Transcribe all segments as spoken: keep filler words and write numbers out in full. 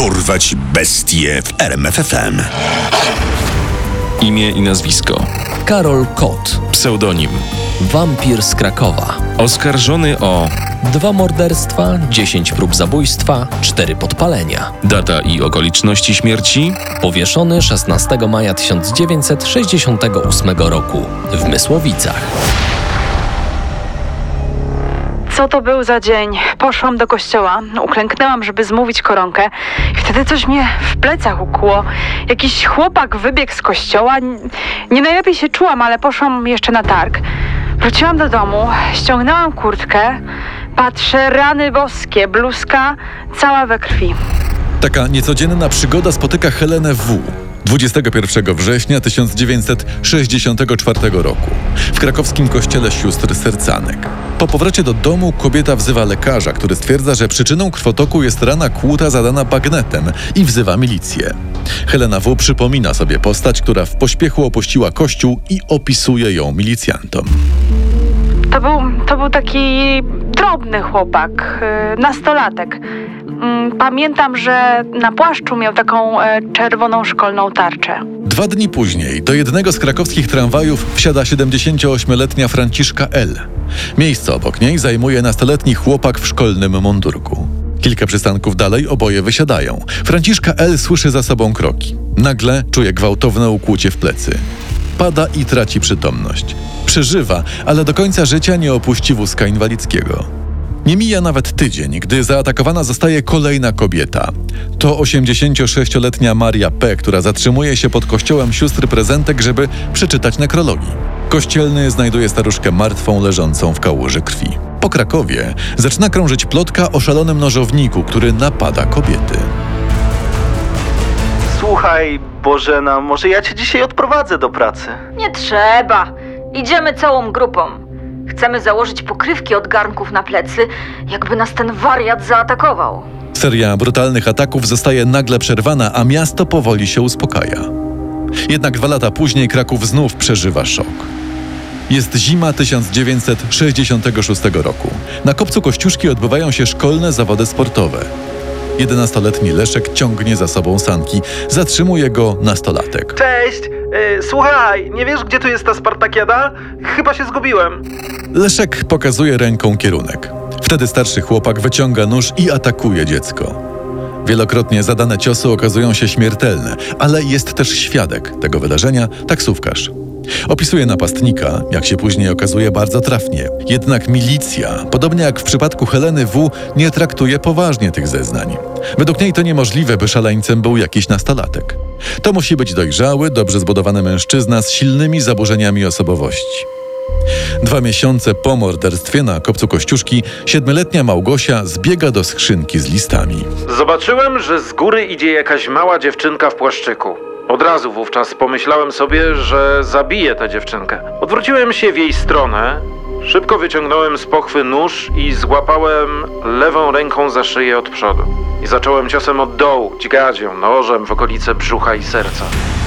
Dorwać bestie w R M F F M. Imię i nazwisko: Karol Kot. Pseudonim: Wampir z Krakowa. Oskarżony o Dwa morderstwa, dziesięć prób zabójstwa, cztery podpalenia. data i okoliczności śmierci: Powieszony szesnastego maja tysiąc dziewięćset sześćdziesiątego ósmego roku w Mysłowicach. Co to był za dzień? Poszłam do kościoła, uklęknęłam, żeby zmówić koronkę i wtedy coś mnie w plecach ukłuło. Jakiś chłopak wybiegł z kościoła. Nie najlepiej się czułam, ale poszłam jeszcze na targ. Wróciłam do domu, ściągnęłam kurtkę, patrzę, rany boskie, bluzka cała we krwi. Taka niecodzienna przygoda spotyka Helenę W. dwudziestego pierwszego września tysiąc dziewięćset sześćdziesiątego czwartego roku w krakowskim kościele sióstr Sercanek. Po powrocie do domu kobieta wzywa lekarza, który stwierdza, że przyczyną krwotoku jest rana kłuta zadana bagnetem i wzywa milicję. Helena W. przypomina sobie postać, która w pośpiechu opuściła kościół i opisuje ją milicjantom. To był, to był taki drobny chłopak, yy, nastolatek. Yy, pamiętam, że na płaszczu miał taką yy, czerwoną szkolną tarczę. Dwa dni później do jednego z krakowskich tramwajów wsiada siedemdziesięcioośmioletnia Franciszka L. Miejsce obok niej zajmuje nastoletni chłopak w szkolnym mundurku. Kilka przystanków dalej oboje wysiadają. Franciszka L. słyszy za sobą kroki. Nagle czuje gwałtowne ukłucie w plecy. Pada i traci przytomność. Przeżywa, ale do końca życia nie opuści wózka inwalidzkiego. Nie mija nawet tydzień, gdy zaatakowana zostaje kolejna kobieta. To osiemdziesięciosześcioletnia Maria P., która zatrzymuje się pod kościołem sióstr Prezentek, żeby przeczytać nekrologii. Kościelny znajduje staruszkę martwą, leżącą w kałuży krwi. Po Krakowie zaczyna krążyć plotka o szalonym nożowniku, który napada kobiety. Słuchaj, Bożena, może ja cię dzisiaj odprowadzę do pracy? Nie trzeba. Idziemy całą grupą. Chcemy założyć pokrywki od garnków na plecy, jakby nas ten wariat zaatakował. Seria brutalnych ataków zostaje nagle przerwana, a miasto powoli się uspokaja. Jednak dwa lata później Kraków znów przeżywa szok. Jest zima tysiąc dziewięćset sześćdziesiątego szóstego roku. Na kopcu Kościuszki odbywają się szkolne zawody sportowe. jedenastoletni Leszek ciągnie za sobą sanki. Zatrzymuje go nastolatek. Cześć! Yy, słuchaj, nie wiesz, gdzie tu jest ta Spartakiada? Chyba się zgubiłem. Leszek pokazuje ręką kierunek. Wtedy starszy chłopak wyciąga nóż i atakuje dziecko. Wielokrotnie zadane ciosy okazują się śmiertelne, ale jest też świadek tego wydarzenia, taksówkarz. Opisuje napastnika, jak się później okazuje, bardzo trafnie. Jednak milicja, podobnie jak w przypadku Heleny W., nie traktuje poważnie tych zeznań. Według niej to niemożliwe, by szaleńcem był jakiś nastolatek. To musi być dojrzały, dobrze zbudowany mężczyzna z silnymi zaburzeniami osobowości. Dwa miesiące po morderstwie na kopcu Kościuszki siedmioletnia Małgosia zbiega do skrzynki z listami. Zobaczyłem, że z góry idzie jakaś mała dziewczynka w płaszczyku. Od razu wówczas pomyślałem sobie, że zabiję tę dziewczynkę. Odwróciłem się w jej stronę, szybko wyciągnąłem z pochwy nóż i złapałem lewą ręką za szyję od przodu. I zacząłem ciosem od dołu, dźgać ją nożem w okolice brzucha i serca.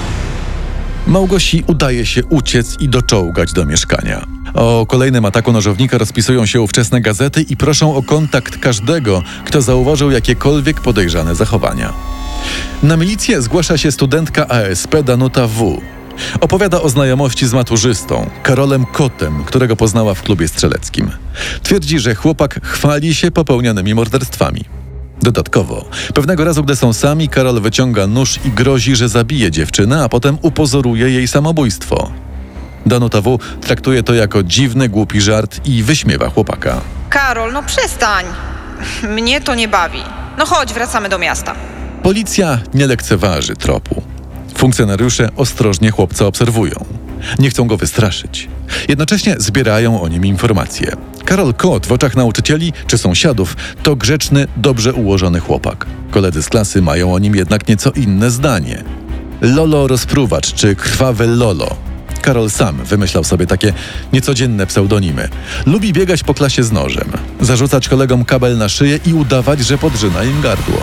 Małgosi udaje się uciec i doczołgać do mieszkania. O kolejnym ataku nożownika rozpisują się ówczesne gazety i proszą o kontakt każdego, kto zauważył jakiekolwiek podejrzane zachowania. Na milicję zgłasza się studentka A S P Danuta W. Opowiada o znajomości z maturzystą, Karolem Kotem, którego poznała w klubie strzeleckim. Twierdzi, że chłopak chwali się popełnionymi morderstwami. Dodatkowo, pewnego razu, gdy są sami, Karol wyciąga nóż i grozi, że zabije dziewczynę, a potem upozoruje jej samobójstwo. Danuta W. traktuje to jako dziwny, głupi żart i wyśmiewa chłopaka. Karol, no przestań. Mnie to nie bawi. No chodź, wracamy do miasta. Policja nie lekceważy tropu. Funkcjonariusze ostrożnie chłopca obserwują. Nie chcą go wystraszyć. Jednocześnie zbierają o nim informacje. Karol Kot w oczach nauczycieli czy sąsiadów to grzeczny, dobrze ułożony chłopak. Koledzy z klasy mają o nim jednak nieco inne zdanie. Lolo rozpruwacz czy krwawy Lolo. Karol sam wymyślał sobie takie niecodzienne pseudonimy. Lubi biegać po klasie z nożem, zarzucać kolegom kabel na szyję i udawać, że podrzyna im gardło.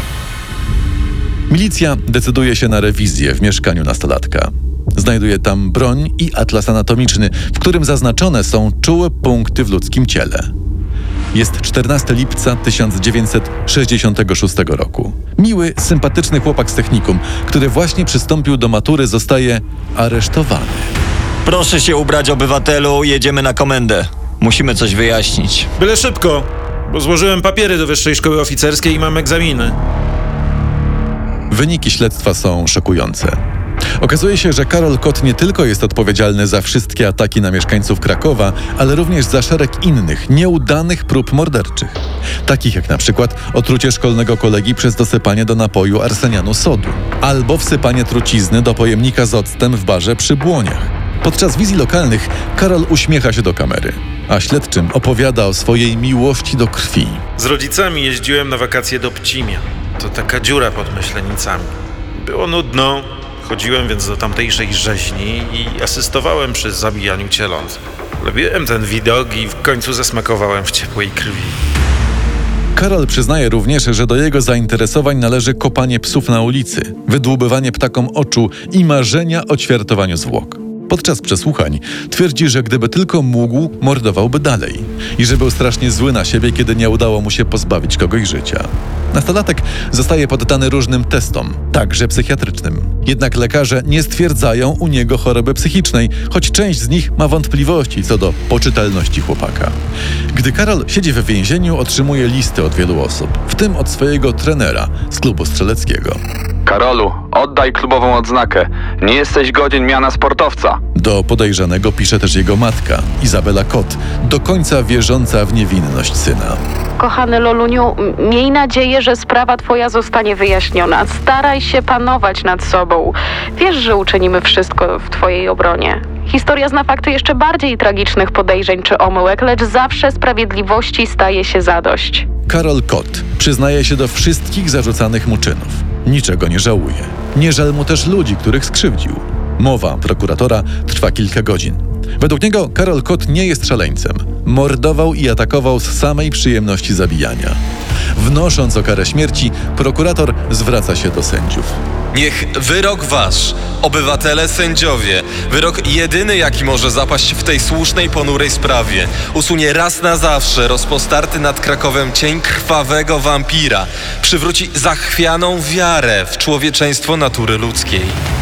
Milicja decyduje się na rewizję w mieszkaniu nastolatka. Znajduje tam broń i atlas anatomiczny, w którym zaznaczone są czułe punkty w ludzkim ciele. Jest czternastego lipca tysiąc dziewięćset sześćdziesiątego szóstego roku. Miły, sympatyczny chłopak z technikum, który właśnie przystąpił do matury, zostaje aresztowany. Proszę się ubrać, obywatelu, jedziemy na komendę. Musimy coś wyjaśnić. Byle szybko, bo złożyłem papiery do Wyższej Szkoły Oficerskiej i mam egzaminy. Wyniki śledztwa są szokujące. Okazuje się, że Karol Kot nie tylko jest odpowiedzialny za wszystkie ataki na mieszkańców Krakowa, ale również za szereg innych, nieudanych prób morderczych. Takich jak na przykład otrucie szkolnego kolegi przez dosypanie do napoju arsenianu sodu, albo wsypanie trucizny do pojemnika z octem w barze przy Błoniach. Podczas wizji lokalnych Karol uśmiecha się do kamery, a śledczym opowiada o swojej miłości do krwi. Z rodzicami jeździłem na wakacje do Pcimia. To taka dziura pod Myślenicami. Było nudno. Chodziłem więc do tamtejszej rzeźni i asystowałem przy zabijaniu cieląt. Lubiłem ten widok i w końcu zasmakowałem w ciepłej krwi. Karol przyznaje również, że do jego zainteresowań należy kopanie psów na ulicy, wydłubywanie ptakom oczu i marzenia o ćwiartowaniu zwłok. Podczas przesłuchań twierdzi, że gdyby tylko mógł, mordowałby dalej i że był strasznie zły na siebie, kiedy nie udało mu się pozbawić kogoś życia. Nastolatek zostaje poddany różnym testom, także psychiatrycznym. Jednak lekarze nie stwierdzają u niego choroby psychicznej, choć część z nich ma wątpliwości co do poczytalności chłopaka. Gdy Karol siedzi w więzieniu, otrzymuje listy od wielu osób, w tym od swojego trenera z klubu strzeleckiego. Karolu, oddaj klubową odznakę. Nie jesteś godzien miana sportowca. Do podejrzanego pisze też jego matka, Izabela Kot, do końca wierząca w niewinność syna. Kochany Loluniu, miej nadzieję, że sprawa twoja zostanie wyjaśniona. Staraj się panować nad sobą. Wiesz, że uczynimy wszystko w twojej obronie. Historia zna fakty jeszcze bardziej tragicznych podejrzeń czy omyłek, lecz zawsze sprawiedliwości staje się zadość. Karol Kot przyznaje się do wszystkich zarzucanych mu czynów. Niczego nie żałuje. Nie żal mu też ludzi, których skrzywdził. Mowa prokuratora trwa kilka godzin. Według niego Karol Kot nie jest szaleńcem. Mordował i atakował z samej przyjemności zabijania. Wnosząc o karę śmierci, prokurator zwraca się do sędziów. Niech wyrok wasz, obywatele sędziowie, wyrok jedyny, jaki może zapaść w tej słusznej, ponurej sprawie, usunie raz na zawsze rozpostarty nad Krakowem cień krwawego wampira, przywróci zachwianą wiarę w człowieczeństwo natury ludzkiej.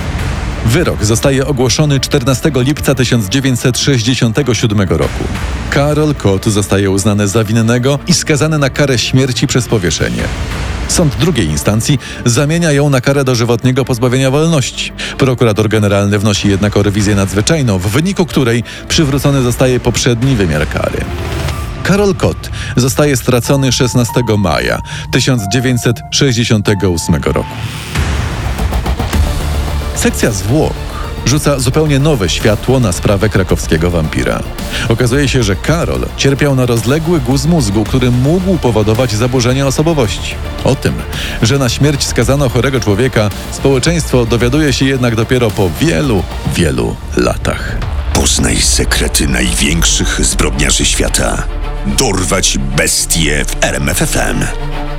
Wyrok zostaje ogłoszony czternastego lipca tysiąc dziewięćset sześćdziesiątego siódmego roku. Karol Kot zostaje uznany za winnego i skazany na karę śmierci przez powieszenie. Sąd drugiej instancji zamienia ją na karę dożywotniego pozbawienia wolności. Prokurator generalny wnosi jednak o rewizję nadzwyczajną, w wyniku której przywrócony zostaje poprzedni wymiar kary. Karol Kot zostaje stracony szesnastego maja tysiąc dziewięćset sześćdziesiątego ósmego roku. Sekcja zwłok rzuca zupełnie nowe światło na sprawę krakowskiego wampira. Okazuje się, że Karol cierpiał na rozległy guz mózgu, który mógł powodować zaburzenia osobowości. O tym, że na śmierć skazano chorego człowieka, społeczeństwo dowiaduje się jednak dopiero po wielu, wielu latach. Poznaj sekrety największych zbrodniarzy świata. Dorwać bestie w R M F F M.